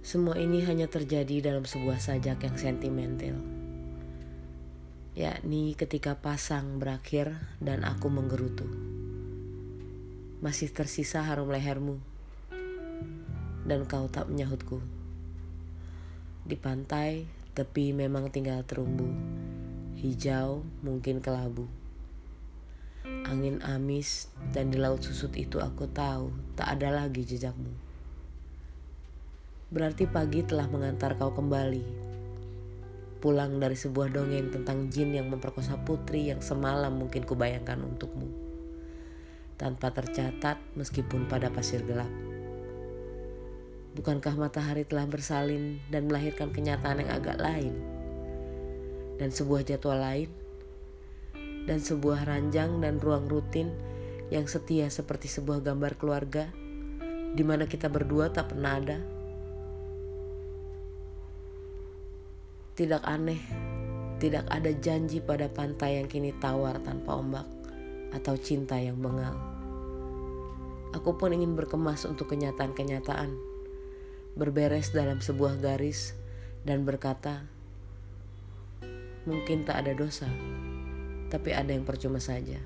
Semua ini hanya terjadi dalam sebuah sajak yang sentimental, yakni ketika pasang berakhir dan aku menggerutu. Masih tersisa harum lehermu, dan kau tak menyahutku. Di pantai, tepi memang tinggal terumbu, hijau mungkin kelabu. Angin amis dan di laut susut itu aku tahu tak ada lagi jejakmu. Berarti pagi telah mengantar kau kembali, pulang dari sebuah dongeng tentang jin yang memperkosa putri yang semalam mungkin kubayangkan untukmu, tanpa tercatat meskipun pada pasir gelap. Bukankah matahari telah bersalin dan melahirkan kenyataan yang agak lain, dan sebuah jadwal lain, dan sebuah ranjang dan ruang rutin yang setia seperti sebuah gambar keluarga, di mana kita berdua tak pernah ada? Tidak aneh, tidak ada janji pada pantai yang kini tawar tanpa ombak, atau cinta yang bengal. Aku pun ingin berkemas untuk kenyataan-kenyataan, berberes dalam sebuah garis dan berkata, mungkin tak ada dosa, tapi ada yang percuma saja.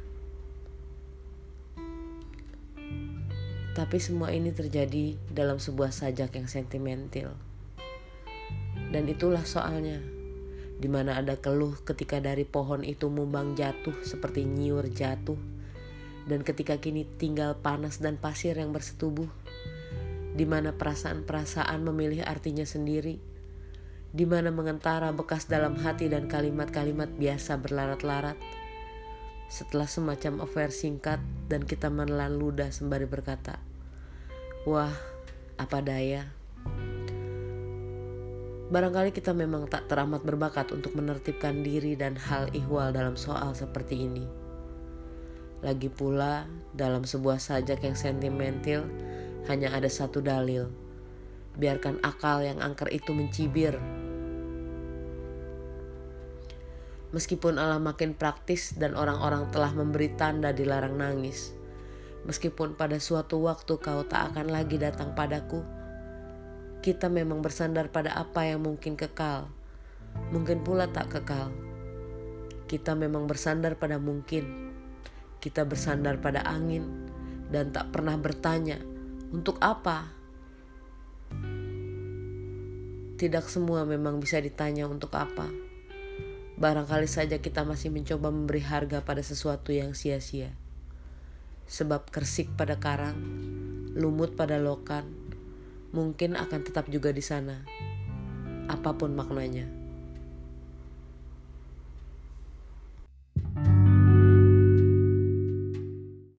Tapi semua ini terjadi dalam sebuah sajak yang sentimental. Dan itulah soalnya, di mana ada keluh ketika dari pohon itu mumbang jatuh seperti nyiur jatuh, dan ketika kini tinggal panas dan pasir yang bersetubuh, di mana perasaan-perasaan memilih artinya sendiri, di mana mengentara bekas dalam hati dan kalimat-kalimat biasa berlarat-larat. Setelah semacam affair singkat dan kita menelan ludah sembari berkata, wah, apa daya. Barangkali kita memang tak teramat berbakat untuk menertibkan diri dan hal ihwal dalam soal seperti ini. Lagi pula, dalam sebuah sajak yang sentimental, hanya ada satu dalil. Biarkan akal yang angker itu mencibir. Meskipun alam makin praktis dan orang-orang telah memberi tanda dilarang nangis, meskipun pada suatu waktu kau tak akan lagi datang padaku, kita memang bersandar pada apa yang mungkin kekal, mungkin pula tak kekal. Kita memang bersandar pada mungkin, kita bersandar pada angin, dan tak pernah bertanya, untuk apa? Tidak semua memang bisa ditanya untuk apa. Barangkali saja kita masih mencoba memberi harga pada sesuatu yang sia-sia. Sebab kersik pada karang, lumut pada lokan, mungkin akan tetap juga di sana, apapun maknanya.